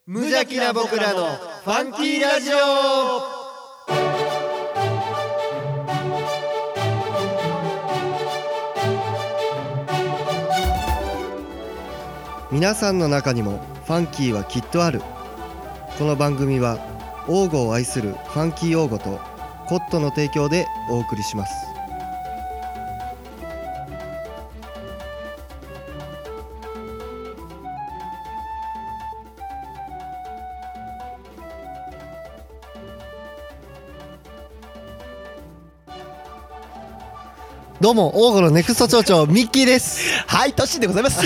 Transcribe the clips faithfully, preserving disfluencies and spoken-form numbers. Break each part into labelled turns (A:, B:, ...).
A: 無邪気な僕らのファンキーラジオ。皆さんの中にもファンキーはきっとある。この番組は王語を愛するファンキー王語とコットの提供でお送りします。どうも王語のネクスト町長ミッキーです。
B: はい、トッシーでございます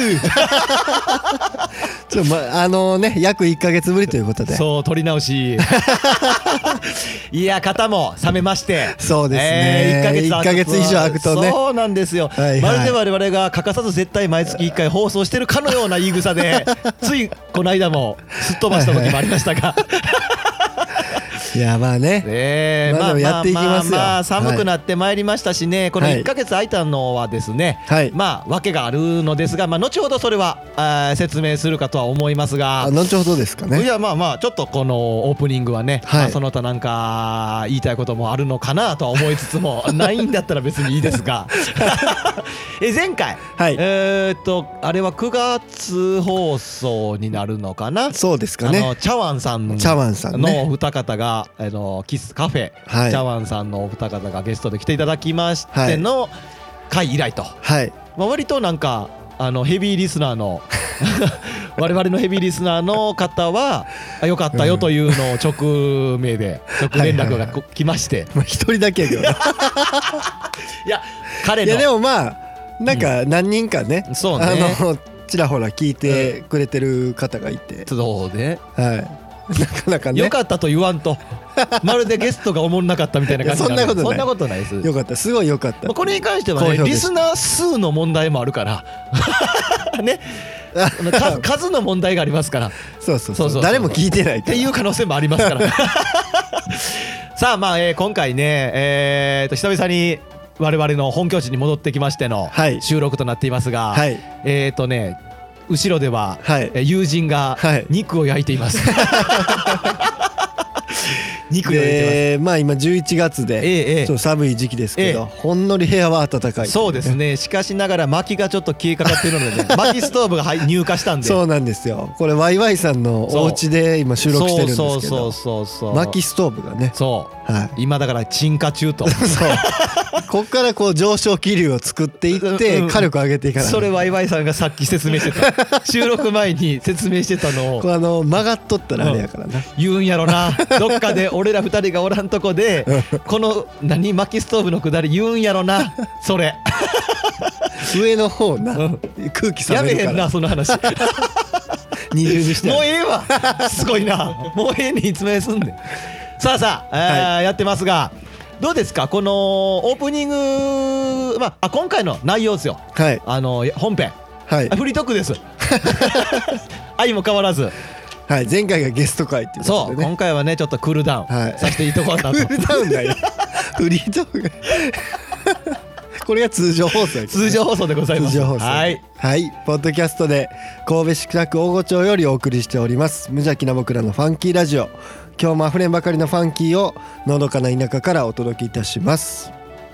A: ちょ、ま、あのね約いっかげつぶりということで、
B: そう取り直しいや肩も冷めまして、
A: そうですね、えー、いっかげつ以上空くとね、
B: そうなんですよ、はいはい、まるで我々が欠かさず絶対毎月いっかい放送してるかのような言い草でついこの間もすっ飛ばした時もありましたが
A: いやまあね、
B: えー、まあ
A: やっていきますよ。
B: まあまあ寒くなってまいりましたしね、このいっかげつ空いたのはですね、はい、まあ訳があるのですが、まあ後ほどそれはあ説明するかとは思いますが、
A: あ後ほどですかね。
B: いやまあまあちょっとこのオープニングはね、はい、まあ、その他なんか言いたいこともあるのかなとは思いつつもないんだったら別にいいですがえ前回、はい、えー、っとあれはくがつ放送になるのかな。
A: そうですかね。
B: あの茶碗さんのお二方があのキスカフェ、はい、茶碗さんのお二方がゲストで来ていただきましての回以来と、はい、まあ、割となんかあのヘビーリスナーの我々のヘビーリスナーの方はよかったよというのを直命で直連絡が来まして、
A: まあ一人だけやけどい
B: や彼の
A: いやでもまあなんか何人かね、
B: うん、そうね、
A: あのちらほら聞いてくれてる方がいて、
B: うん、そうね、
A: はい、なかなかね、
B: よかったと言わんとまるでゲストがおもんなかったみたいな感じになる。
A: そんなことない、
B: そんなことないです。
A: よかった、すごいよかった。
B: これに関してはね、リスナー数の問題もあるからね数の問題がありますから、
A: そうそうそう、誰も聞いてない
B: っていう可能性もありますからさあまあ、えー、今回ね、えー、と久々に我々の本拠地に戻ってきましての収録となっていますが、はい、えっ、ー、とね後ろでは、はい、友人が肉を焼いています、はい肉を焼いてます。
A: でまあ今じゅういちがつで、ええ、ちょっと寒い時期ですけど、ええ、ほんのり部屋は暖かい、ね、
B: そうですね。しかしながら薪がちょっと消えかかっているので、ね、薪ストーブが入荷したんで
A: そうなんですよ。これワイワイさんのお家で今収録してるんですけど、
B: そうそうそうそう、
A: 薪ストーブがね、
B: そう、はい、今だから鎮火中と
A: そうこっからこう上昇気流を作っていって火力上げていかない、うん、
B: それワイワイさんがさっき説明してた収録前に説明してたのを
A: これあの曲がっとったらあれやからな、うん、
B: 言うんやろなどっかで俺ら二人がおらんとこでこの何薪ストーブのくだり言うんやろなそれ
A: 上の方な、うん、空気冷めるから
B: やめへんなその話
A: 二重にして
B: もうええわすごいなもうええにいつめすんでさあさあ、はい、やってますがどうですかこのオープニング、まあ、今回の内容ですよ、はい、あの本編、はい、フリートークです愛も変わらず、
A: はい、前回がゲスト会っていうことで、ね、
B: そう今回はねちょっとクールダウンさせていいところだと、
A: クールダウンだよフリートークこれが通常放送、ね、
B: 通常放送でございます。
A: 通常放送、はい、はい、ポッドキャストで神戸市北区大御町よりお送りしております無邪気な僕らのファンキーラジオ。今日もあふれんばかりのファンキーをのどかな田舎からお届けいたします。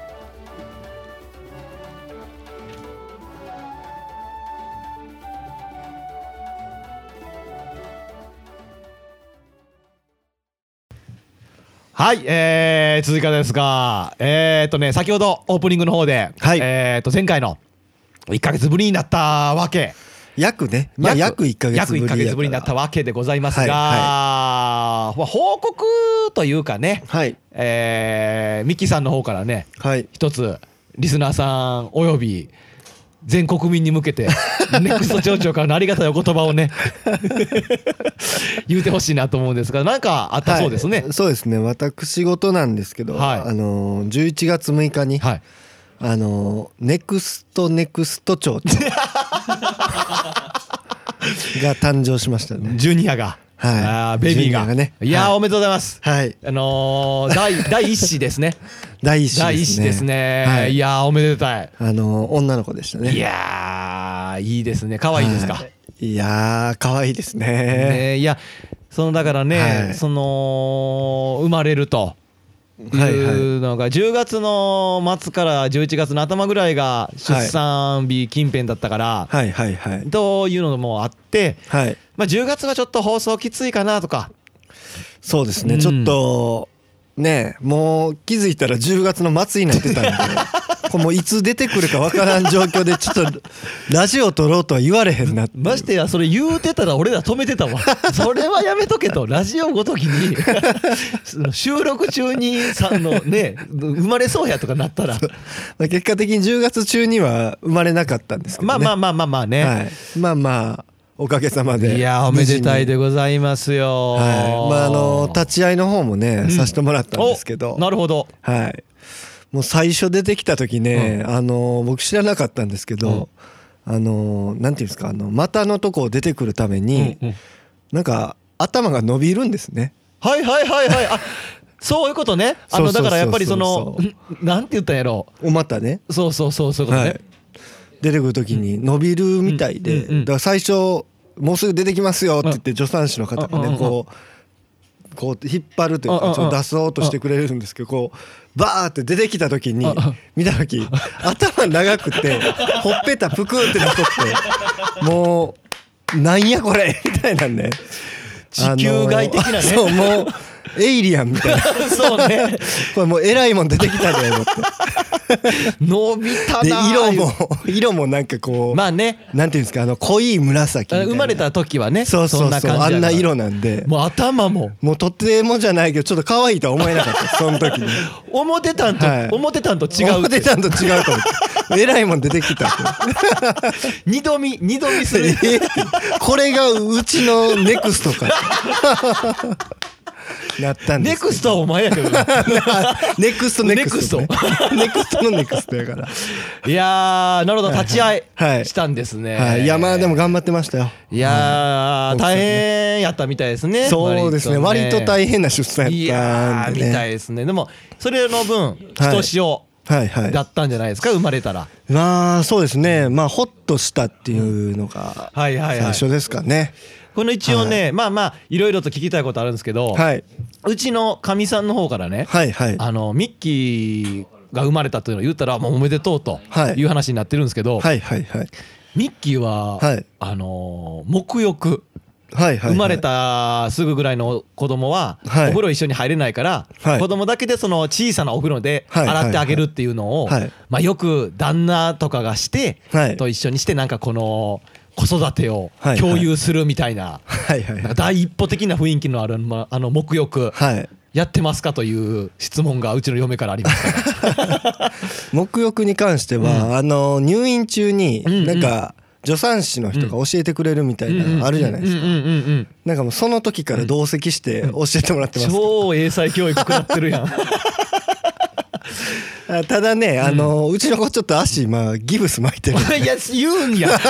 B: はい、えー、続きからですが、えーっとね先ほどオープニングの方で、はい、えーっと前回のいっかげつぶりになったわけ
A: 約ね、まあ、約いっかげつぶり
B: 約いっかげつぶりになったわけでございますが、はいはい、報告というかね、はい、えー、ミッキーさんの方からね、はい、一つリスナーさんおよび全国民に向けてネクスト町長からのありがたいお言葉をね言うてほしいなと思うんですが、なんかあったそうですね、
A: はい、そうですね、私事なんですけど、はい、あのじゅういちがつむいかに、はい、あのネクストネクスト町長が誕生しましたね。
B: ジュニアが、はい、あベイビーが、ね、いやー、はい、おめでとうございます、はい、あのー、第, 第一子ですね
A: 第一子ですね、
B: 第一子ですね、はい、いやーおめでたい、
A: あのー、女の子でしたね。
B: いやーいいですね、可愛いですか、は
A: い、いやー可愛いですね。
B: ね、いやそのだからね、はい、その生まれるというのがじゅうがつの末からじゅういちがつの頭ぐらいが出産日近辺だったからというのもあって、はいまあ、じゅうがつはちょっと放送きついかなとか。
A: そうですね、うん、ちょっとねもう気づいたらじゅうがつの末になってたんでこれもういつ出てくるか分からん状況でちょっとラジオ撮ろうとは言われへんなって
B: ましてやそれ言うてたら俺ら止めてたわそれはやめとけとラジオごときに収録中にさのね生まれそうやとかなったら
A: 結果的にじゅうがつ中には生まれなかったんですけどね。
B: まあまあまあまあまあね、はい、
A: まあまあおかげさまで
B: いやおめでたいでございますよ、
A: はいまあ、あの立ち会いの方もね、うん、させてもらったんですけど
B: なるほど、
A: はい、もう最初出てきた時ね、うん、あの僕知らなかったんですけど、うん、あのなんていうんですかあの股のとこ出てくるために、うんうん、なんか頭が伸びるんですね。
B: はいはいはいはいあそういうことね。あのだからやっぱりそのなんて言ったんやろ
A: お股ね
B: そうそうそうそういうことね、はい、
A: 出てくる時に伸びるみたいで、だから最初もうすぐ出てきますよって言って助産師の方がねこうこう引っ張るというかちょっと出そうとしてくれるんですけど、こうバーって出てきた時に見た時頭長くてほっぺたぷくってなっとってもうなんやこれみたいなんね
B: 地球外的なね
A: そうもうエイリアンみたいな
B: そうね
A: これもうえらいもん出てきたで思って
B: 伸びたな。
A: で色も色もなんかこう
B: まあね
A: なんていうんですかあの濃い紫みたいな
B: 生まれた時はね
A: そうそうそうあんな色なんで
B: もう頭も
A: もうとってもじゃないけどちょっと可愛いとは思えなかったその時に
B: 思ってたんと、はい、思ってたんと違う
A: 思ってたんと違うと思ってえらいもん出てきた
B: 二度見二度見する
A: これがうちのネクストかなったんです
B: ネクストはお前やけど
A: ネクストネクスト、ね、ネクストのネクストやから
B: いやーなるほど立ち会いしたんですね、
A: はいはい、いやまあでも頑張ってましたよ。
B: いやー大変やったみたいですね。
A: そうですね割と大変な出産やったんで、ね、い
B: やーみたいですね。でもそれの分ひとしおだったんじゃないですか生まれたら。
A: まあそうですねまあホッとしたっていうのが最初ですかね。
B: この一応ね、はい、まあまあいろいろと聞きたいことあるんですけど、はい、うちのかみさんの方からね、はいはい、あのミッキーが生まれたというのを言ったらもうおめでとうという話になってるんですけど、はいはいはいはい、ミッキーは、はい、あの沐浴、はいはいはい、生まれたすぐぐらいの子供は、はい、お風呂一緒に入れないから、はい、子供だけでその小さなお風呂で洗ってあげるっていうのを、はいはいはいまあ、よく旦那とかがして、はい、と一緒にしてなんかこの子育てを共有するみたいな第一歩的な雰囲気のあるあの沐浴やってますかという質問がうちの嫁からありました
A: 沐浴に関しては、うん、あの入院中になんか助産師の人が教えてくれるみたいなのあるじゃないですか。なんかもうその時から同席して教えてもらってます。
B: 超英才教育食らってるやん
A: ただね、あのー、うちの子ちょっと足今ギブス巻いてる
B: いや言うんや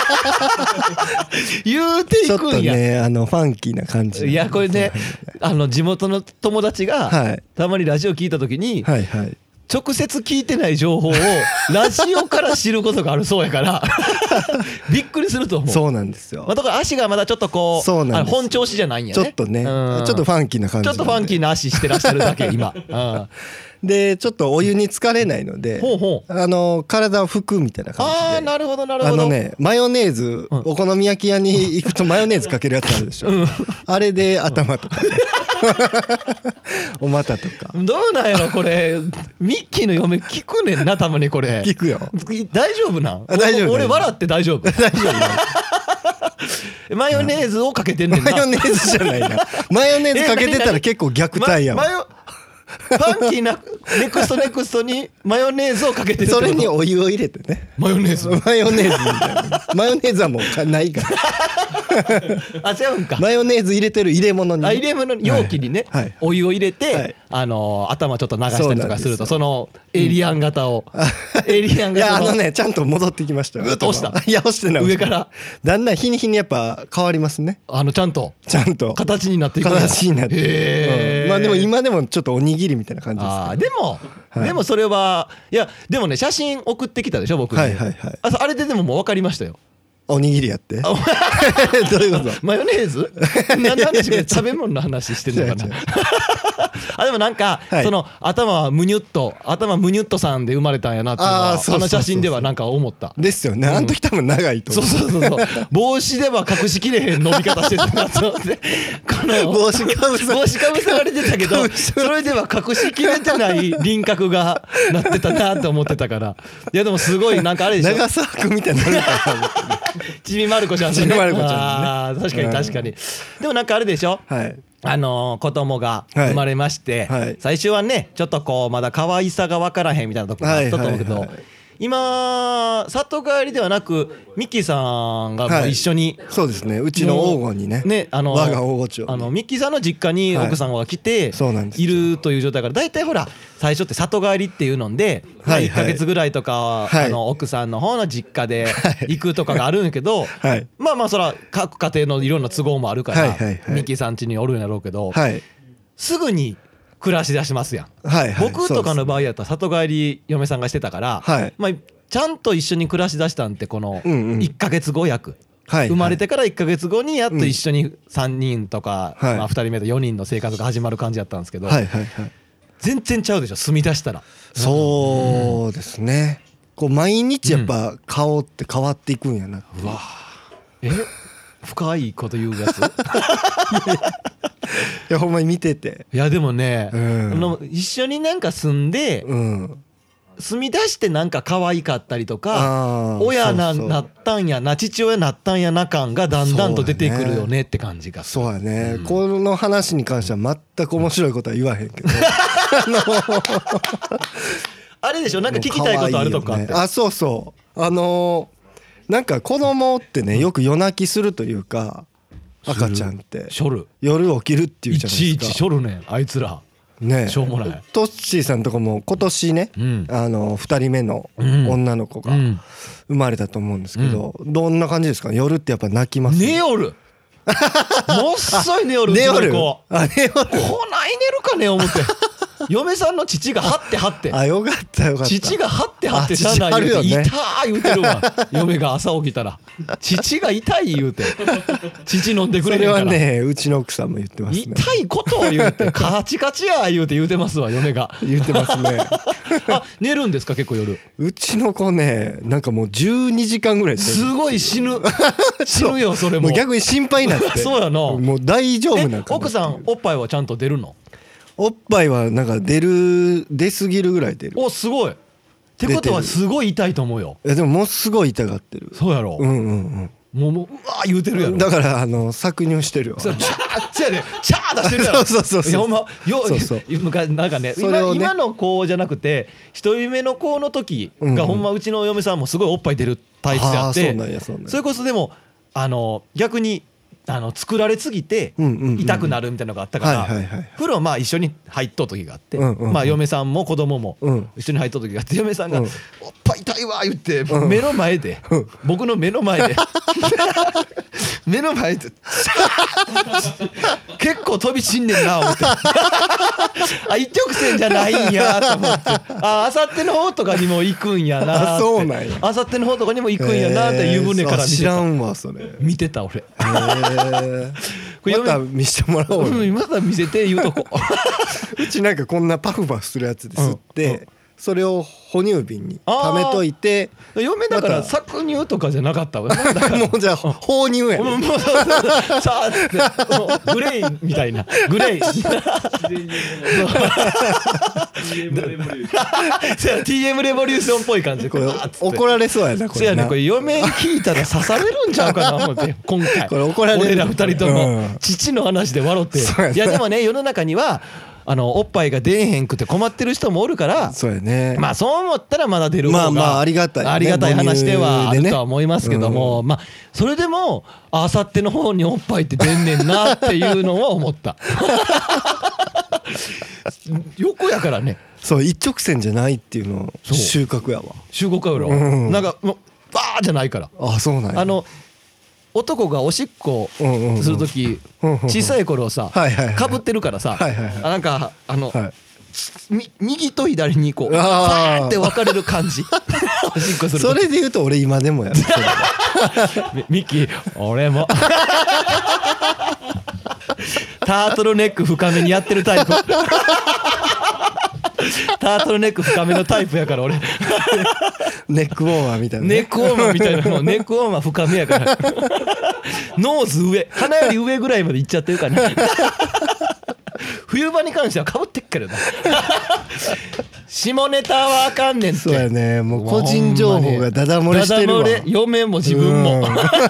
B: 言うていくんや。ちょっと
A: ねあのファンキーな感じ。
B: いやこれねあの地元の友達が、はい、たまにラジオ聞いた時に、はいはい、直接聞いてない情報をラジオから知ることがあるそうやからびっくりすると思う。
A: そうなんですよ、
B: まあ、だから足がまだちょっとこうそうなんです、本調子じゃないんやね。
A: ちょっとね、うん、ちょっとファンキーな感じ。
B: ちょっとファンキーな足してらっしゃるだけ今、うん
A: でちょっとお湯に浸かれないので、ほうほうあの体を拭くみたいな感じで。
B: あーなるほどなるほど。
A: あのねマヨネーズ、うん、お好み焼き屋に行くとマヨネーズかけるやつあるでしょ、うん、あれで頭とか、ね、お股とか。
B: どうなんやろこれミッキーの嫁聞くねんなたまにこれ。
A: 聞くよ。
B: 大丈夫なん？
A: 大丈夫。
B: 俺笑って大丈夫。大丈夫。マヨネーズをかけてんねんな。
A: マヨネーズじゃないな。マヨネーズかけてたら結構虐待やわ。
B: ファンキーなネクストネクストにマヨネーズをかけてる。
A: それにお湯を入れてね。
B: マヨネーズ
A: マヨネーズみたいな。マヨネーズはもうないから
B: あ違うんか。
A: マヨネーズ入れてる入れ物に、ね、
B: あ入れ物容器にね、はい、お湯を入れて、はい、あのー、頭ちょっと流したりとかすると そ, そのエイリアン型を、うん、エイリアン型の
A: いやあのねちゃんと戻ってきましたよ。
B: うっと押した。
A: いや押してない。
B: 上から
A: だんだん日に日にやっぱ変わりますね。
B: あのちゃんと
A: ちゃんと
B: 形になっていく。
A: 形になってへ、うん、まあでも今でもちょっとおにぎりみたいな感じです。
B: あでも、はい、でもそれはいやでもね写真送ってきたでしょ僕に。はいはいはい。あ、あれででももう分かりましたよ。
A: おにぎりやってどういうこと
B: マヨネーズ何の話食べ物の話してるのかなあでもなんか、はい、その頭はムニュッと頭ムニュッとさんで生まれたんやなっていうのはあの写真ではなんか思った
A: ですよね、うん、あの時多分長いと思う
B: そうそうそうそう帽子では隠しきれへん伸び方してたなと思ってこの
A: 帽子かぶさ
B: 帽子かぶさられてたけどそれでは隠しきれてない輪郭がなってたなと思ってたからいやでもすごいなんかあれでしょ
A: 長澤君みたいになるかな
B: ちびまる子ちゃんね
A: ちびまる子ちゃんね
B: あ確かに確かに、うん、でもなんかあれでしょ、はいあのー、子供が生まれまして、はいはい、最初はねちょっとこうまだ可愛さが分からへんみたいなところがあったと思うけど、はいはいはい、今里帰りではなくミッキーさんがもう一緒に、
A: はい、そうですねうちの黄金にね
B: ねあの
A: 我が黄金町
B: あのミッキーさんの実家に奥さんが来て、はい、いるという状態からだいたいほら最初って里帰りっていうので、はいはい、いっかげつぐらいとか、はい、あの奥さんの方の実家で行くとかがあるんやけど、はい、まあまあそら各家庭のいろんな都合もあるから、はいはいはい、ミッキーさん家におるんやろうけど、はい、すぐに暮らし出しますやん、はいはい、僕とかの場合やったら里帰り嫁さんがしてたから、はいまあ、ちゃんと一緒に暮らし出したんってこのいっかげつご約、うんうん、生まれてからいっかげつごにやっと一緒にさんにんとか、はいまあ、ふたりめとよにんの生活が始まる感じやったんですけど、はいはいはい、全然ちゃうでしょ住み出したら。
A: そうですねこう毎日やっぱ顔って変わっていくんやな、
B: うん、うわえ深いこと言うやつい
A: やほんまに見てて
B: いやでもね、うん、一緒になんか住んで、うん、住み出してなんか可愛かったりとか親ななったんやな父親なったんやな感がだんだんと出てくるよねって感じが
A: そうやね、うん、この話に関しては全く面白いことは言わへんけどあの
B: あれでしょなんか聞きたいことあるとかって、
A: ね、あそうそうあのー、なんか子供ってねよく夜泣きするというか赤ちゃんって夜起きるっていうじゃないですか
B: いちいちしょるねあいつらねしょうもない
A: トッシーさんとかも今年ね、うん、あのふたりめの女の子が生まれたと思うんですけど、うん、どんな感じですか夜ってやっぱ泣きます
B: 寝よるもっそい寝よる
A: 寝よるあ
B: 寝よるこない寝るかね思って嫁さんの父がはってはって
A: あよかったよかった
B: 父がはってはってしゃあない言うて、ね、痛い言うてるわ嫁が朝起きたら父が痛い言うて父飲んでくれへんから
A: それはねうちの奥さんも言ってますね
B: 痛いことを言うてカチカチや言うて言うてますわ嫁が
A: 言ってますね
B: あ寝るんですか結構夜
A: うちの子ねなんかもうじゅうにじかんぐらい
B: すごい死ぬ死ぬよそれも
A: もう逆に心配になって
B: そうやな
A: もう大丈夫な感じ
B: 奥さんおっぱいはちゃんと出るの
A: おっぱいはなんか出る出すぎるぐらい出る
B: おすごいってことはすごい痛いと思うよ
A: いやでももうすごい痛がってる
B: そうやろ
A: うんうんうん
B: もうもううわー言うてるやろ
A: だからあの搾乳してるよ
B: そうチャーやでチャー出してるやろ
A: そうそうそうそう
B: いやほんまよそうそう昔なんかね今ね今の子じゃなくて一人目の子の時がほんまうちの嫁さんもすごいおっぱい出る体質やって、
A: うんうん、そうなんやそうなんや
B: それこそでもあの逆にあの作られすぎて痛くなるみたいなのがあったから風呂まあ一緒に入っとう時があってまあ嫁さんも子供も一緒に入っとう時があって嫁さんが「おっぱい痛いわ」言って目の前で僕の目の前で目の前で結構飛び散んねんな思ってあ一直線じゃないんやと思ってあさっての方とかにも行くんやなってあさっての方とかにも行くんやなって湯船から見てた
A: 知らんわそれ
B: 見てた俺
A: これまた見せてもらおうよ、
B: うん、また見せて言うとこ
A: うちなんかこんなパフパフするやつで吸って、うんうん、それを哺乳瓶に溜めといて
B: 嫁だから搾乳とかじゃなかったわ
A: もうじゃあ放乳や、ね、
B: もうさあってもうグレイみたいなグレイティーエム レボリューションっぽい感じでこれ
A: 怒られそうやなこれ
B: そうやねこれ嫁に聞いたら刺されるんちゃうかな思って今回
A: これ怒られる
B: 俺ら二人とも、うん、父の話で笑っていやでもね世の中にはあのおっぱいが出えへんくて困ってる人もおるから
A: そうやね
B: まあそう思ったらまだ出る方が
A: まあまあありがたい、ね、
B: ありがたい話ではあるとは思いますけども、うん、まあそれでもあさっての方におっぱいって出んねんなっていうのは思った横やからね
A: そう一直線じゃないっていうの収穫やわ
B: 収穫やろ、うん、なんかもうバーじゃないから
A: あそうなんや
B: あの男がおしっこするとき小さい頃さかぶってるからさなんかあの右と左にこうパーって分かれる感じおしっこすると
A: それで言うと俺今でもやる
B: ミキ俺もタートルネック深めにやってるタイプタートルネック深めのタイプやから俺
A: ネックウォーマーみたいな、
B: ね、ネックウォーマーみたいなもうネックウォーマー深めやからノーズ上鼻より上ぐらいまでいっちゃってるからね冬場に関してはかぶってっけどな下ネタはあかんねんって。
A: そうやね、もう個人情報がダダ漏れしてるわ。
B: ダダ漏れ、嫁も自分も、うん、よ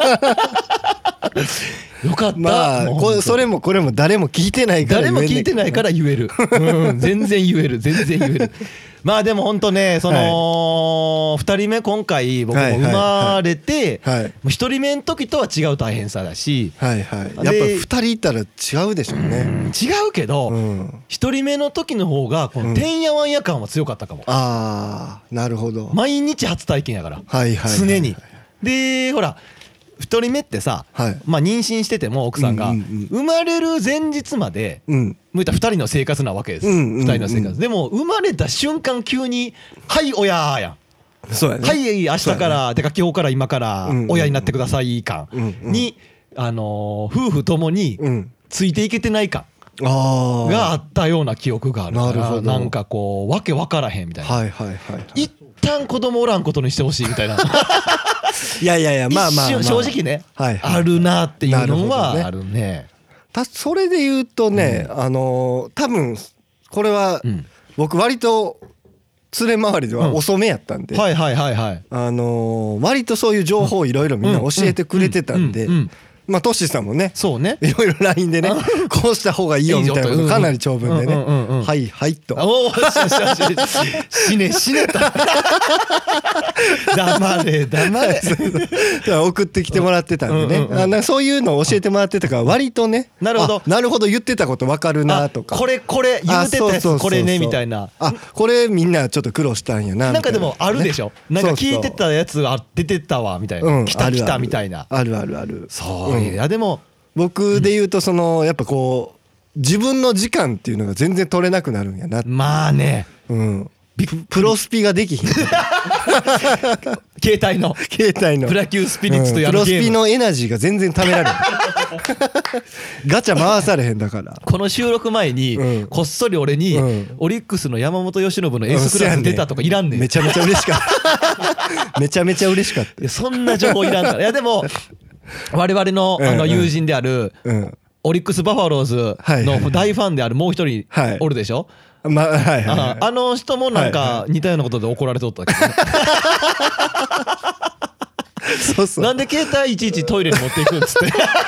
B: かった。
A: まあこそれもこれも誰も聞いてないから
B: 言え、誰も聞いてないから言える、うん、全然言える全然言えるまあでも本当ね、その、はい、ふたりめ今回僕も生まれて、はいはいはい、ひとりめの時とは違う大変さだし、
A: はいはい、やっぱふたりいたら違うでしょうね。うん、
B: 違うけど、うん、ひとりめの時の方がこのてんやわんや感は強かったかも。うん、
A: ああなるほど。
B: 毎日初体験やから、
A: はいはいはいはい、
B: 常に。でほらひとりめってさ、はい、まあ妊娠してても奥さんが生まれる前日まで、うん、向いたふたりの生活なわけです、うんうんうん、ふたりの生活でも生まれた瞬間急に「はい親やん」
A: そうやね、
B: はい明日からてか今日から今から親になってください感に、あの夫婦ともについていけてない感があったような記憶があるから、なんかこうわけわからへんみたいな、はいはいはい、一旦子供おらんことにしてほしいみたいないやいやいやまあまあ、まあ、正直ね、はいはい、あるなっていうのはあるね。
A: たそれで言うとね、うん、あのー、多分これは僕割と連れ回りでは遅めやったんで、
B: はいはいはいはい、
A: あのー、割とそういう情報をいろいろみんな教えてくれてたんで、まあトッシーさんもね、そうね、いろいろ ライン でねこうした方がいいよみたいなことかなり長文でね、はいはいと、おお
B: 死ね死ねと黙れ黙れ
A: 送ってきてもらってたんでね、あそういうのを教えてもらってたから割とね、
B: なるほど
A: なるほど言ってたこと分かるなとか、
B: これこれ言ってたやつこれねみたいな、
A: あこれみんなちょっと苦労したんやなみたいな、
B: なんかでもあるでしょ、なんか聞いてたやつが出てたわみたいな、来た来たみたいな、
A: あるあるある。
B: そう、いやでも
A: 僕で言うとそのやっぱこう自分の時間っていうのが全然取れなくなるんやな。
B: まあね、
A: うん、プロスピができひん
B: 携帯の
A: 携帯の
B: プロ級スピリッツというあのゲーム、
A: プロスピのエナジーが全然ためられないガチャ回されへんだから。
B: この収録前にこっそり俺にオリックスの山本由伸の S クラス出たとかいらんねん。
A: めちゃめちゃ嬉しかっためちゃめちゃ嬉しかった。
B: いやそんな情報いらんから。いやでも我々のあの友人であるオリックスバファローズの大ファンであるもう一人おるでしょ。まあはいはいはい、あの人もなんか似たようなことで怒られとったけど、ね、そうそう、なんで携帯いちいちトイレに持っていくんっつって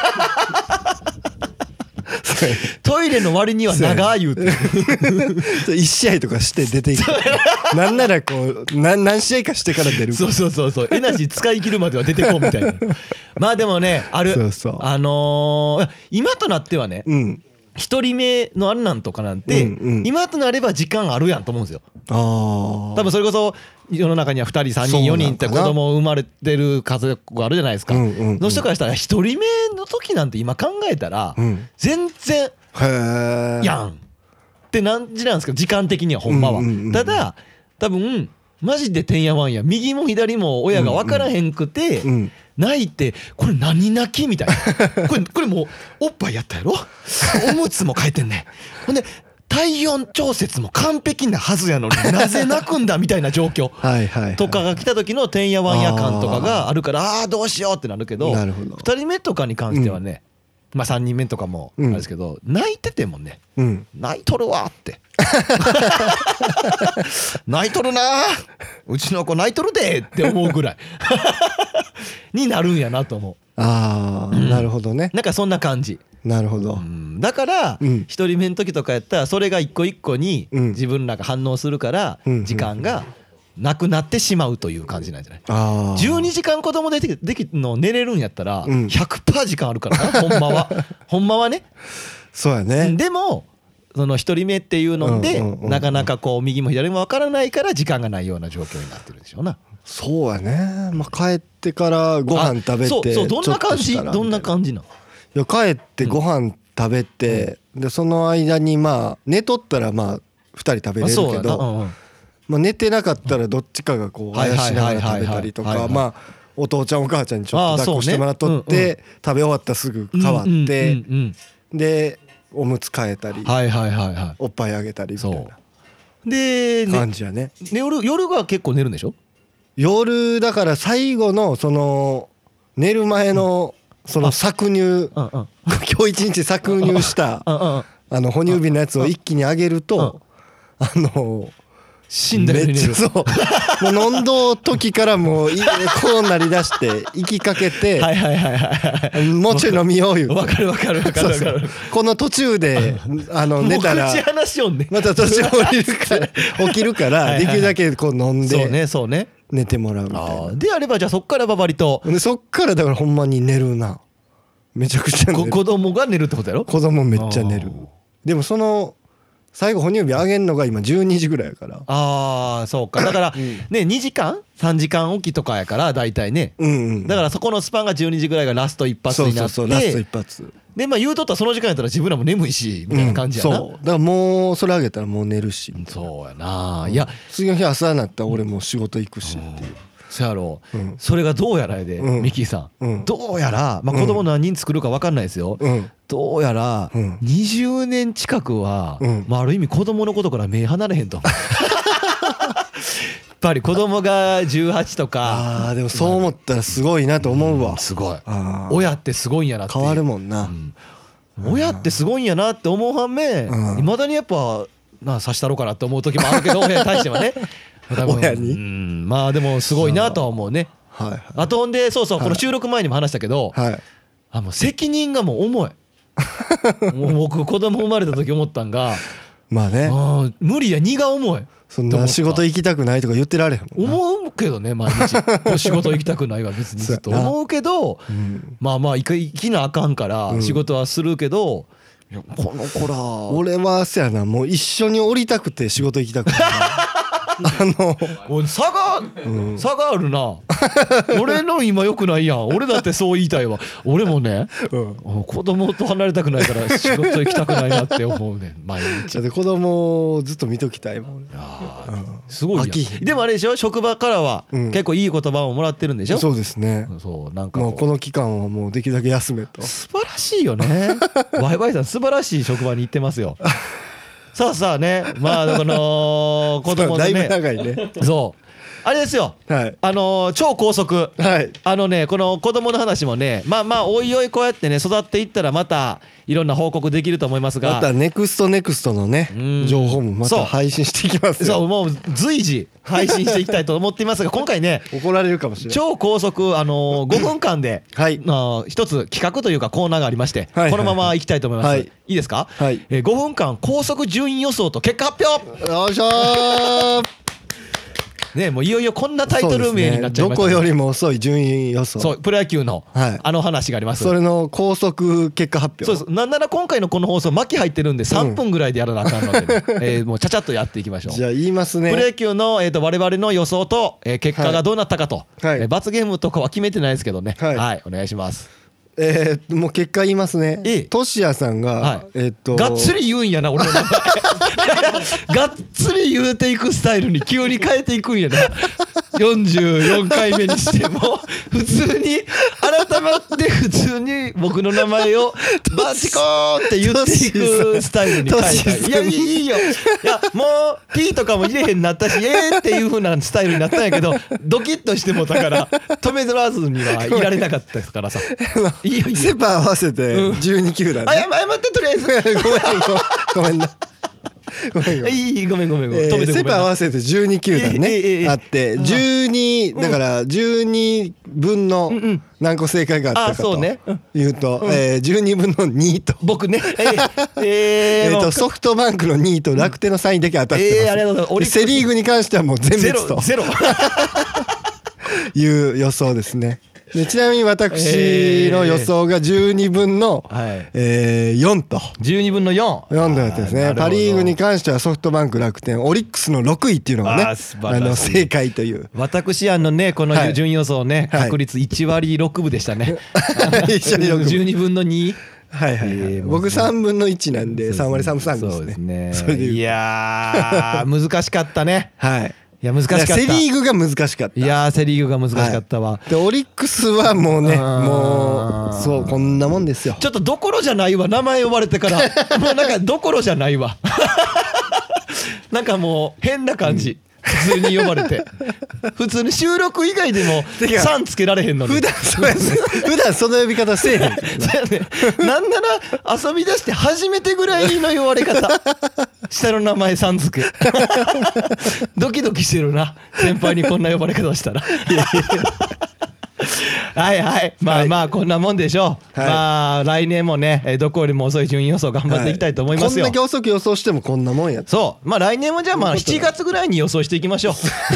B: トイレの割には長い言うて
A: いち試合とかして出ていくなんならこう何何試合かしてから出る。
B: そうそうそうそう、エナジー使い切るまでは出てこうみたいなまあでもねある、そうそう、あのー、今となってはね、うん、一人目のあんなんとかなんて、うんうん、今となれば時間あるやんと思うんですよ。あ多分それこそ世の中にはふたりさんにんよにんって子供生まれてる家族があるじゃないですか、うんうんうん、その人からしたら一人目の時なんて今考えたら、うん、全然やんって感じなんですけど、時間的にはほんまは、うんうんうん、ただ多分マジでてんやわんや、右も左も親が分からへんくて、うんうん、泣いてこれ何泣きみたいなこれこれもうおっぱいやったやろおむつも変えてんねほんで体温調節も完璧なはずやのになぜ泣くんだみたいな状況とかが来た時のてんやわんや感とかがあるから、ああどうしようってなるけど、ふたりめとかに関してはね、まあさんにんめとかもあれですけど、泣いててもね、泣いとるわって泣いとるなうちの子泣いとるでって思うぐらいになるんやなと思う。
A: ああ、なるほどね。
B: なんかそんな感じ。
A: なるほど、
B: うん、だから一人目の時とかやったらそれが一個一個に自分らが反応するから時間がなくなってしまうという感じなんじゃない。あじゅうにじかん子供でできの寝れるんやったら ひゃくパーセント 時間あるからなほんまはほんまはね。
A: そうやね。
B: でもその一人目っていうのでなかなかこう右も左も分からないから時間がないような状況になってるんでしょうな。
A: そうやね、まあ、帰ってからご飯食べて、
B: そうそうどんな感じどんな感じなの。
A: いや帰ってご飯食べて、うん、でその間にまあ寝とったらまあふたり食べれるけど、まあ寝てなかったらどっちかがこうあやしながら食べたりとか、まあお父ちゃんお母ちゃんにちょっと抱っこしてもらっとって、ねうんうん、食べ終わったらすぐ変わって、うんうんうんうん、でおむつ替えたり、
B: はいはいはいはい、
A: おっぱいあげたりみたいな
B: で、ね、
A: 感じやね。
B: で 夜, 夜が結構寝るんでしょ。
A: 夜だから最後のその寝る前のその搾乳、うんうん、今日一日搾乳したあの哺乳瓶のやつを一気にあげるとあの
B: 死んだように寝る。
A: そうもう飲んど時からもうこうなりだして息かけて
B: はいはいはいはい、
A: もうちょい飲みよう言うて、
B: わかるわかるわかるわかる。
A: この途中であの寝たら
B: 口話よんね、
A: また途中降りるから起きるからできるだけこう飲んで
B: そうねそうね
A: 寝てもらうみたいな。
B: であればじゃあそっからババリと
A: でそっからだからほんまに寝るな、めちゃくちゃ寝る。
B: 子供が寝るってことやろ。
A: 子供めっちゃ寝る。でもその最後哺乳瓶あげんのが今じゅうにじぐらいやから。
B: ああそうか、だからねにじかんさんじかんおきとかやから大体ね、うんうん、だからそこのスパンがじゅうにじぐらいがラスト一発になって、
A: そうそうそうラスト一発
B: でまあ言うとったらその時間やったら自分らも眠いしみたいな感じやな、
A: うん、そうだからもうそれあげたらもう寝るし、
B: そうやな、うん、いや
A: 次の日朝になったら俺もう仕事行くしっていう、うん
B: そやろう、うん、それがどうやらやで、うん、ミキーさん、うん、どうやら、まあ、子供何人作るか分かんないですよ、うん、どうやら、うん、にじゅうねん近くは、うんまあ、ある意味子供のことから目離れへんとやっぱり子供がじゅうはちとか
A: あでもそう思ったらすごいなと思うわ、
B: うん、すごい親ってすごいんやなって
A: 変わるもんな、うん、
B: 親ってすごいんやなって思う反面いまだにやっぱなさしたろうかなって思う時もあるけど親に対してはね
A: 親に、
B: うん、まあでもすごいなとは思うね、はいはい、あとほんでそうそうこの収録前にも話したけど、はい、あもう責任がもう重いもう僕子供生まれた時思ったんが
A: まあね
B: あ無理や荷が重い、
A: そんな仕事行きたくないとか言ってられへんもんな。
B: 思うけどね毎日仕事行きたくないは別にずっと思うけどうん、まあまあ生きなあかんから仕事はするけど、うん、いやこの子ら
A: 俺はせやなもう一緒に降りたくて仕事行きたくないあの
B: 差が、うん、差があるな俺の今良くないやん。俺だってそう言いたいわ。俺もね、うん、子供と離れたくないから仕事行きたくないなって思うねん毎日。
A: だって子供をずっと見ときたいもん。いや、
B: うん、すごいやん。でもあれでしょ職場からは結構いい言葉をもらってるんでしょ、うん、
A: そうですね。
B: そうなんか
A: もうこの期間はもうできるだけ休めと。
B: 素晴らしいよねワイワイさん素晴らしい職場に行ってますよさあさあねまあこの子供のね
A: だいぶ長いね
B: そうあれですよ、はい、あのー、超高速、はい、あのねこの子供の話もねまあまあおいおいこうやってね育っていったらまたいろんな報告できると思いますが、
A: またネクストネクストのね情報もまた配信していきますよ。
B: そうもう随時配信していきたいと思っていますが今回ね
A: 怒られるかもしれない
B: 超高速あのー、ごふんかんで、はい、あ一つ企画というかコーナーがありまして、はいはいはい、このままいきたいと思います、はい、いいですか、はいえー、ごふんかん高速順位予想と結果発表。
A: よいしょー
B: ね、もういよいよこんなタイトル名になっちゃいました、ね、
A: どこよりも遅い順位予想。
B: そうプロ野球の、はい、あの話があります。
A: それの高速結果発表。
B: そうです。なんなら今回のこの放送巻き入ってるんでさんぷんぐらいでやらなあかんので、ねうんえー、もうちゃちゃっとやっていきましょう。
A: じゃあ言いますね。
B: プロ野球の、えー、と我々の予想と、えー、結果がどうなったかと、はいえー、罰ゲームとかは決めてないですけどね、はい、はい、お願いします。
A: えー、もう結果言いますね。トシヤさんが、はい、えー、っと
B: がっつり言うんやな俺の名前がっつり言うていくスタイルに急に変えていくんやなよんじゅうよんかいめにしても普通に改まって普通に僕の名前をバチコーって言っていくスタイルに変えたい。いやいいよ。いやもう P とかも入れへんなったしえーっていう風なスタイルになったんやけどドキッとしてもだから止めらずにはいられなかったですからさいいよいいよ。
A: セパ合わせてじゅうに球団、ね、
B: うん、あ謝ってとりあえず
A: ごめんごめんなごめんごめん
B: いいごめんごめんごめん、
A: えー、
B: 止めてごめんな。
A: セパ合わせてじゅうに球団ね、えーえー、あってじゅうにだからじゅうにぶんの何個正解があったかというと、うんえー、じゅうにぶんのにと
B: 僕ねえーえー
A: えーとソフトバンクのにいと楽天のさんいだけ当たってます、えー、ありがとうございます。セリーグに関してはもう全滅と
B: ゼロゼロ
A: いう予想ですね。でちなみに私の予想がじゅうにぶんの、はいえー、よんと
B: じゅうにぶんのよん
A: よんとなってですね。パリーグに関してはソフトバンク楽天オリックスのろくいっていうのがね あ, あの正解という
B: 私あのねこの順位予想ね、はい、確率いちわりろくぶでしたね、はい、じゅうにぶんのに
A: はいはい、はいえー、僕さんぶんのいちなんでさんわりさんぶさんですね。
B: そうですね。それでいやー難しかったね。はいいいや難しかった。
A: セリーグが難しかった。
B: いやセリーグが難しかったわ、
A: はい、でオリックスはもうねもうそうこんなもんですよ。
B: ちょっとどころじゃないわ、名前呼ばれてからもうなんかどころじゃないわなんかもう変な感じ、うん普通に呼ばれて普通に収録以外でもさんつけられへんのに
A: 普段そうやね普段その呼び方せえへんね
B: なんなら遊び出して初めてぐらいの呼ばれ方下の名前さん付けドキドキしてるな、先輩にこんな呼ばれ方したらはいはいまあまあこんなもんでしょう、はい、まあ来年もねどこよりも遅い順位予想頑張っていきたいと思いますよ、
A: はい、こんだけ遅く予想してもこんなもんや。
B: そうまあ来年もじゃあまあしちがつぐらいに予想していきましょう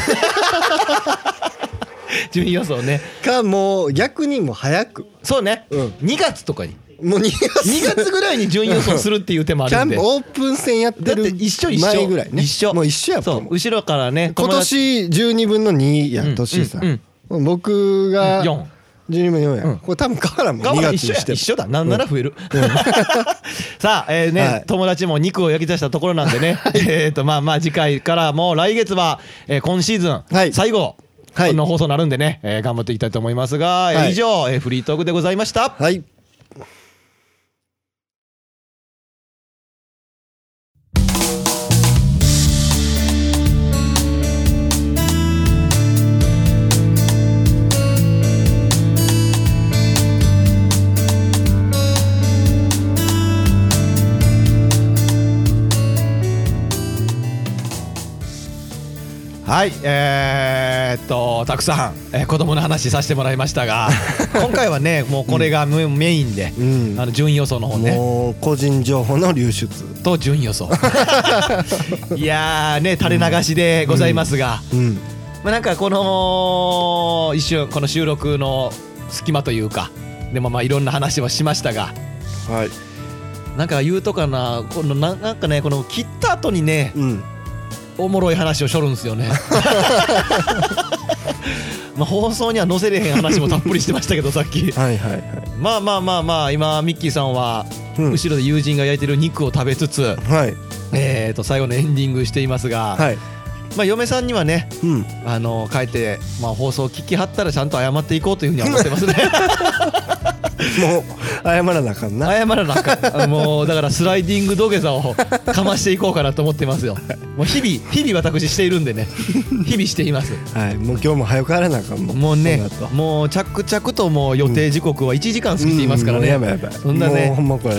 B: 順位予想ね
A: かもう逆にもう早く
B: そうね、うん、にがつとかに
A: もうにがつ
B: にがつぐらいに順位予想するっていう手もあるんで
A: キャンプオープン戦やってる前ぐらいね。
B: 一緒
A: もう一緒や
B: そう後ろからね
A: 今年じゅうにぶんのにやトッシーさん、うんうん、僕が
B: よん
A: じゅうにぶんのよんや、うん、これ多分河原もにがつにして
B: 一緒だなんなら増える、うんうん、さあ、えーねはい、友達も肉を焼き出したところなんでね、はい、えーとまあまあ次回からもう来月は、えー、今シーズン、はい、最後の放送になるんでね、えー、頑張っていきたいと思いますが、はい、以上、えー、フリートークでございました。
A: はい
B: はい、えー、っとたくさん、えー、子供の話させてもらいましたが今回はねもうこれがメインで、うん、あの順位予想の方ね
A: もう個人情報の流出
B: と順位予想いやーね垂れ流しでございますが、うんうん、まあ、なんかこの一瞬この収録の隙間というかでもまあいろんな話はしましたが、
A: はい、
B: なんか言うとかなこのななんかねこの切った後にね、うん、おもろい話をしょるんですよねまあ放送には載せれへん話もたっぷりしてましたけどさっき
A: はいはい、はい、
B: まあまあまあまあ今ミッキーさんは後ろで友人が焼いてる肉を食べつつ、うん、えーと最後のエンディングしていますが、はい、まあ嫁さんにはね、うん、あの帰って、まあ、放送聞きはったらちゃんと謝っていこうというふうには思ってますね
A: もう謝らなあかんな
B: 謝らなあかんもうだからスライディング土下座をかましていこうかなと思ってますよもう日々日々私しているんでね日々しています
A: はいもう今日も早く帰らなあかんもん
B: もうねもう着々ともう予定時刻はいちじかん過ぎていますからね、
A: うんうん、もうやばいやばい
B: そんなね
A: もうほんまこれ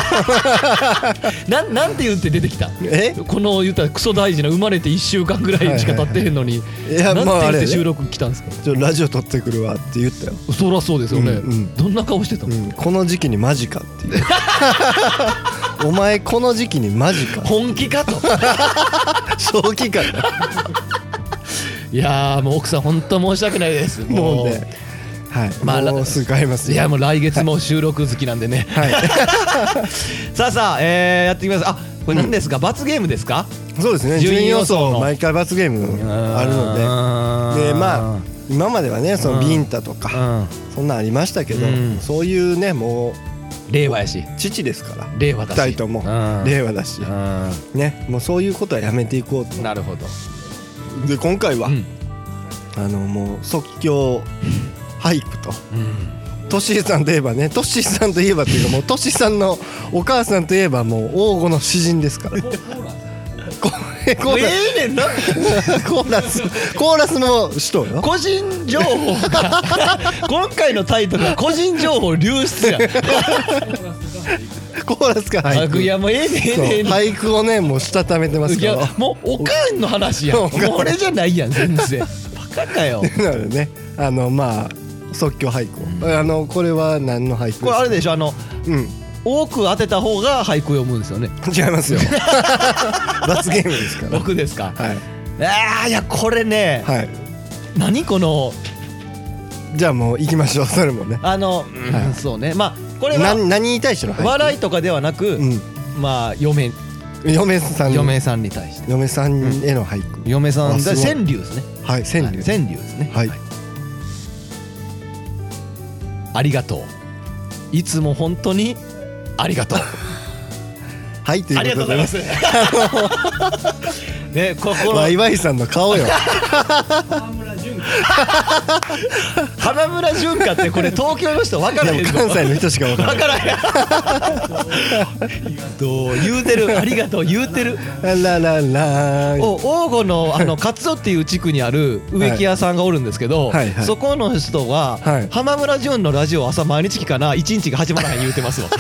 B: な, なんて言って出てきたえこの言ったらクソ大事な生まれていっしゅうかんぐらいしか経ってへんのに、はいはいはい、なんて言って収録来たんですか、
A: ちょラジオ撮ってくるわって言ったよ。
B: そりゃそうですよね、うんうん、どんな顔してたの、うん、
A: この時期にマジかっていうお前この時期にマジか
B: 本気かと
A: 正気か
B: いやーもう奥さん本当申し訳ないです
A: もうねはい、まあ、もうすぐ買いますよ。
B: いやもう来月も収録好きなんでね、はい、さあさあ、えー、やっていきます。あこれ何ですか、うん、罰ゲームですか。
A: そうですね順位予想毎回罰ゲームあるのででまあ今まではねそのビンタとか、うん、そんなんありましたけど、うん、そういうねもう
B: 令和やし
A: 父ですから
B: 令和だし
A: ふたりとも令和だしねもうそういうことはやめていこうと。
B: なるほど。
A: で今回は、うん、あのもう即興俳句と、うん、トッシーさんといえばねトッシーさんといえばっていうかもうトッシーさんのお母さんといえばもう黄金の詩人ですからコーラス、ええねんなコーラスコーラスの人よ
B: 個人情報が今回のタイトルは個人情報流出や
A: コーラスか俳句。
B: いやもうええねんええねん
A: 俳句をねもうしたためてますから。いや
B: もうおかんの話やんもう俺じゃないやん全然バカかよ
A: なのでねあのまあ即興俳句、うん、あのこれは何の俳句ですか。
B: これあれでしょあの、うん、多く当てた方が俳句読むんですよね。
A: 違いますよ罰ゲームですから。
B: 僕ですか。
A: はい。
B: ああいやこれね、はい、何この
A: じゃあもう行きましょうそれもね
B: あの、はい、そうねまあこれは
A: 何何に対しての俳句
B: 笑いとかではなく、うん、まあ嫁
A: 嫁さん
B: 嫁さんに対して
A: 嫁さんへの俳句、
B: うん、嫁さんだ川柳ですね。
A: はい川柳、
B: はい、川柳ですね。
A: はい、はい、
B: ありがとういつも本当にありがとう
A: はいということで
B: ありがとうございますね、ここ
A: ワイワイさんの顔よ。
B: 浜村淳かってこれ東京の人分からへんの。
A: 関西の人しか分からへん。
B: 分からへん。どう言うてる、ありがとう言うてる。
A: ラララ
B: お王吾のあの勝尾っていう地区にある植木屋さんがおるんですけど、はいはいはい、そこの人は、はい、浜村淳のラジオ朝毎日聞かな一日が始まらへん言うてますわ。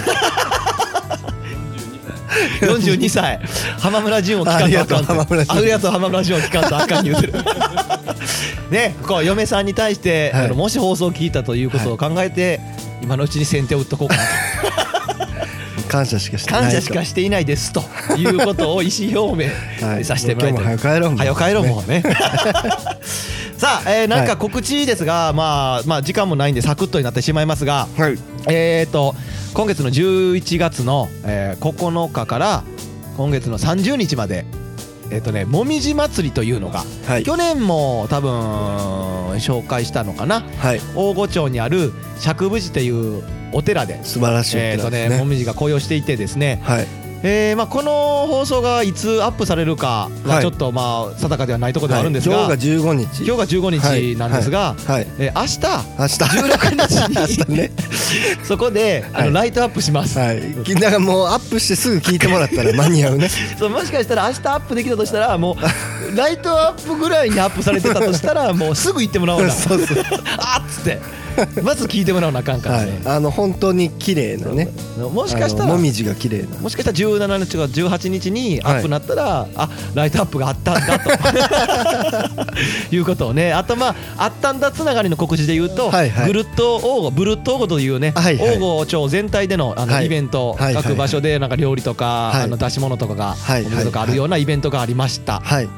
B: よんじゅうにさい浜村淳を聞かんとあかんって。ありがとう浜村淳を聞かんとあかん言うてる。ね、こう嫁さんに対して、はい、あのもし放送を聞いたということを考えて、はい、今のうちに先手を打っとこうかなと。
A: 感謝しかしてない
B: 感謝しかしていないですということを意思表明、はい、させてもらいたい。
A: 今日も早く帰ろうもん。
B: 早く帰ろうもんね。さあ、えー、なんか告知ですが、はい、まあまあ時間もないんでサクッとになってしまいますが、はい、えーと今月のじゅういちがつの、えー、ここのかから今月のさんじゅうにちまで、えーとね、もみじ祭りというのが、はい、去年も多分紹介したのかな、はい、大御町にある釈部寺というお寺で
A: 素晴らしいお寺ですね、えーとね、
B: もみじが紅葉していてですね、はい、えーまあ、この放送がいつアップされるかはちょっとまあ定かではないところではあるんですが、
A: はい、今日がじゅうごにち
B: 今日がじゅうごにちなんですが、はいはい、えー、明日
A: 明日
B: じゅうろくにちにね、そこであのライトアップします、はい、
A: だからもうアップしてすぐ聞いてもらったら間に合うね。
B: そう、もしかしたら明日アップできたとしたらもうライトアップぐらいにアップされてたとしたらもうすぐ行ってもらおうな。そうそうあっつってまず聞いてもらわなあかんからね、
A: はい、あの本当に綺麗なね、
B: もしかしたら
A: もみじが綺麗な、
B: もしかしたらじゅうしちにちかじゅうはちにちにアップなったら、はい、あライトアップがあったんだということをね、あとまああったんだつながりの告知で言うと、はいはい、ぐるっと王吾ブルッと王吾というね、はいはい、王吾町全体でのあの、はい、イベント、はい、各場所でなんか料理とか、はい、あの出し物とかが、はい、お店とかあるようなイベントがありました。はい。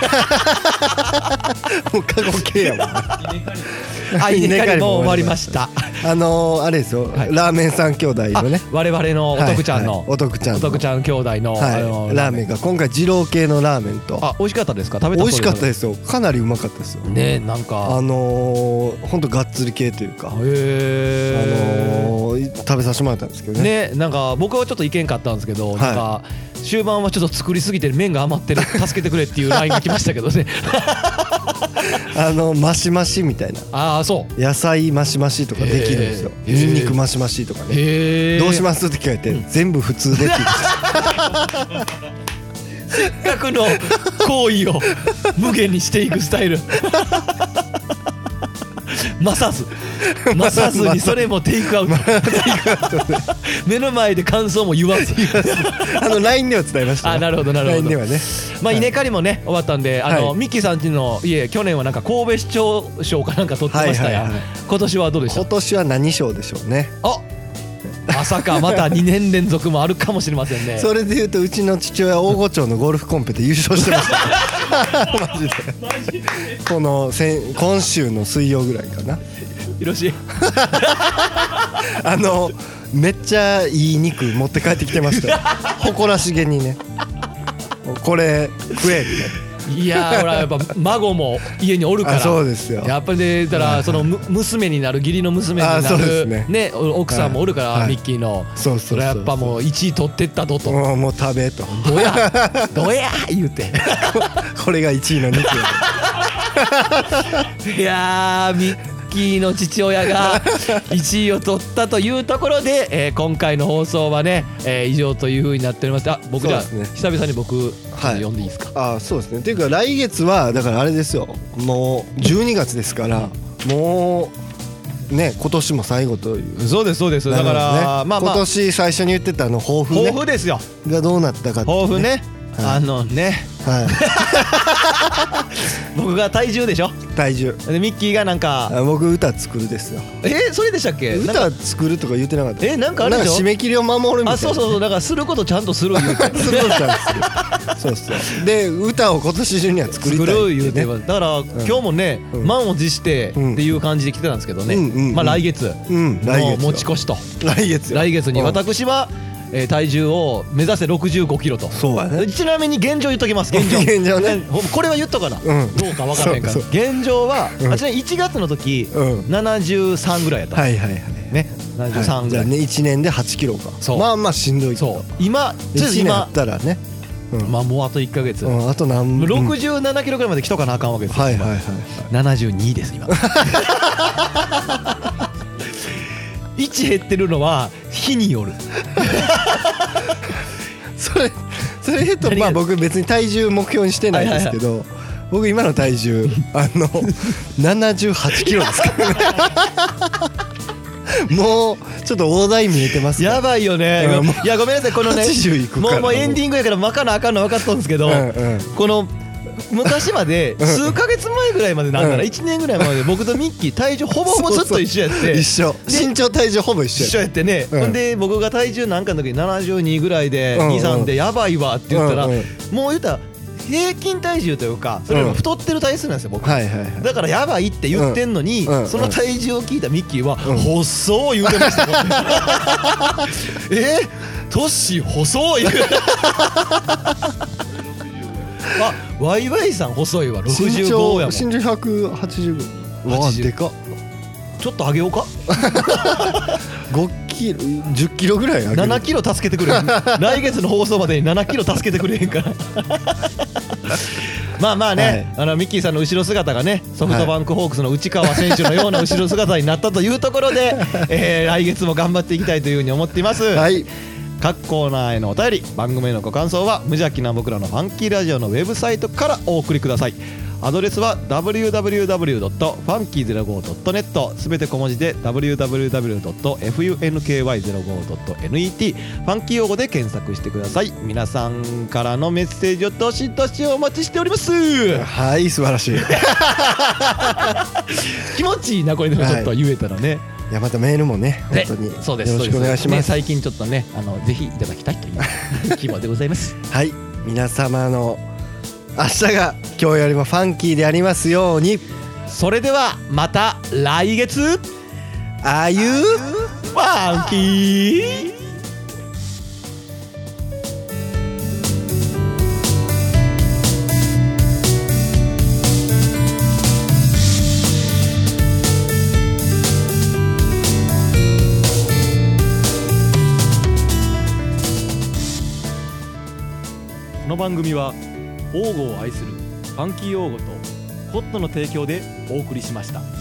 A: もう過去形やもん。
B: あ、稲刈りも終わりました。
A: あのー、あれですよ、はい、ラーメン三兄弟のね、
B: 我々のお徳ちゃんの、はいはい、
A: お徳ちゃん
B: お徳ちゃん兄弟の、
A: はい、あのー、ラーメンが今回二郎系のラーメンと、
B: あ、美味しかったですか？食べた？
A: 美味しかったですよ。かなりうまかったですよ
B: ね。なんか
A: あのー、ほんとがっつり系というか、へー、あのー、食べさせてもらったんですけどね。
B: ね、なんか僕はちょっといけんかったんですけど、はい、なんか終盤はちょっと作りすぎて麺が余ってる、助けてくれっていうラインが来ましたけどね。
A: あのマシマシみたいな、
B: ああそう
A: 野菜マシマシとかできるんですよ。ニンニクマシマシとかね、どうしますって聞かれて、うん、全部普通でって言って。
B: せっかくの行為を無限にしていくスタイル。まさずまさずにそれもテイクアウト。目の前で感想も言わず。
A: あの ライン では伝えました。
B: あ、なるほどなるほど。
A: ライン ではね。
B: まあ稲刈りもね終わったんで、あのミッキーさんちの家去年はなんか神戸市長賞かなんか取ってましたや。今年はどうでした？
A: 今年は何賞でしょうね。
B: あ、まさかまたにねんれんぞくもあるかもしれませんね。
A: それでいうとうちの父親大御町のゴルフコンペで優勝してました。マジで。この先今週の水曜ぐらいかな。
B: よろしい。
A: あのめっちゃいい肉持って帰ってきてましたよ。誇らしげにね。これ食えって。
B: いやー、ほらやっぱ孫も家におるから。
A: そうですよ。
B: やっぱりね、だからその娘になる義理の娘になるね奥さんもおるからミッキーの。そうそうそう。それやっぱもういちい取ってったどと。
A: もうもう食べと。
B: どやどや言うて。
A: これがいちいの肉。
B: いやーミッキーの父親がいちいを取ったというところで、えー、今回の放送はね、えー、以上という風になっておりました。僕じゃあ、ね、久々に僕読んでいいですか？
A: はい、あ、そうですね。っていうか来月はだからあれですよ、もうじゅうにがつですから、もうね今年も最後という。
B: そうですそうです。だから、ね、まあまあ
A: 今年最初に言ってたあの抱負ね、
B: 抱負ですよ
A: がどうなったかって、ね、
B: 抱負ね、はい、あのね、はい、僕が体重でしょ。
A: 体重
B: でミッキーがなんか
A: 僕歌作るですよ。
B: えー、それでしたっけ？
A: 歌作るとか言ってなかった？
B: えー、なんかあるでしょ。
A: 締め切りを守るみたいな。あ、
B: そうそうそう。だからすることちゃんとする言うて。することちゃんとする。
A: そうそう。で歌を今年中には作りたいって、ね、
B: 作る言うて、だから、うん、今日もね、うん、満を持してっていう感じで来てたんですけどね。うんうんうん、まあ来月、うん、来月持ち越しと。
A: 来月。
B: 来月に私は。えー、体重を目指せろくじゅうごキロと。
A: そうやね。
B: ちなみに現状言っときます。現状
A: 現状ね。
B: これは言っとかな、うん、どうか分からへんから。そうそう、現状は、うん、あちなみにいちがつの時、うん、ななじゅうさんぐらいやった。はいはいはいね、ななじゅうさんぐらい、
A: はい、じゃあねいちねんではちキロか。そう、まあまあしんどいけど。
B: そう今
A: いちねんやったらねうん、
B: まあもうあといっかげつ、
A: うん、あと何
B: ろくじゅうななキロぐらいまで来とかなあかんわけですよ、
A: はいはいはいはい、
B: ななじゅうにです今いち減ってるのは日による
A: それそれとまあ僕別に体重目標にしてないですけど、はいはいはい、僕今の体重あのななじゅうはちキロですからねもうちょっと大台見えてますか
B: やばいよね、うん、いやごめんなさいこのねもうもうエンディングやから分からなあかんの分かったんですけど、うんうん、この昔まで数ヶ月前ぐらいまでなんならいちねんぐらいまで僕とミッキー体重ほぼほぼずっと一緒やって、
A: 一緒、身長体重ほぼ一緒や
B: 一緒やってね、ほんで僕が体重なんかの時にななじゅうにぐらいでに、さんでやばいわって言ったらもう言ったら平均体重というかそれよりも太ってる体質なんですよ僕、はいはいはい、だからやばいって言ってんのに、うん、その体重を聞いたミッキーは、うん、細い言うてましたえトッシー細い言うてあワイワイさん細いわろくじゅうごやもん
A: 身長ひゃくはちじゅうわあでかっ
B: ちょっと上げようか
A: ごキロじゅっキロぐらい上げる
B: ななキロ助けてくれ来月の放送までにななキロ助けてくれへんからまあまあね、はい、あのミッキーさんの後ろ姿がねソフトバンクホークスの内川選手のような後ろ姿になったというところで、えー、来月も頑張っていきたいというふうに思っています、はい、各コーナーへのお便り番組へのご感想は無邪気な僕らのファンキーラジオのウェブサイトからお送りください。アドレスは ダブリューダブリューダブリュードットファンキーゼロごドットネット すべて小文字で ダブリューダブリューダブリュードットファンキーゼロごドットネット ファンキー用語で検索してください。皆さんからのメッセージをどしどしお待ちしております。
A: はい素晴らしい
B: 気持ちいいなこれでもちょっと言えたらね、はい、
A: いやまたメールもね本当に
B: そうです
A: よろしくお願いします、ね、
B: 最近ちょっとねあのぜひいただきたいという希望でございます
A: はい皆様の明日が今日よりもファンキーでありますように。
B: それではまた来月
A: あゆフ
B: ァンキー。この番組は王語を愛するファンキー王語とホットの提供でお送りしました。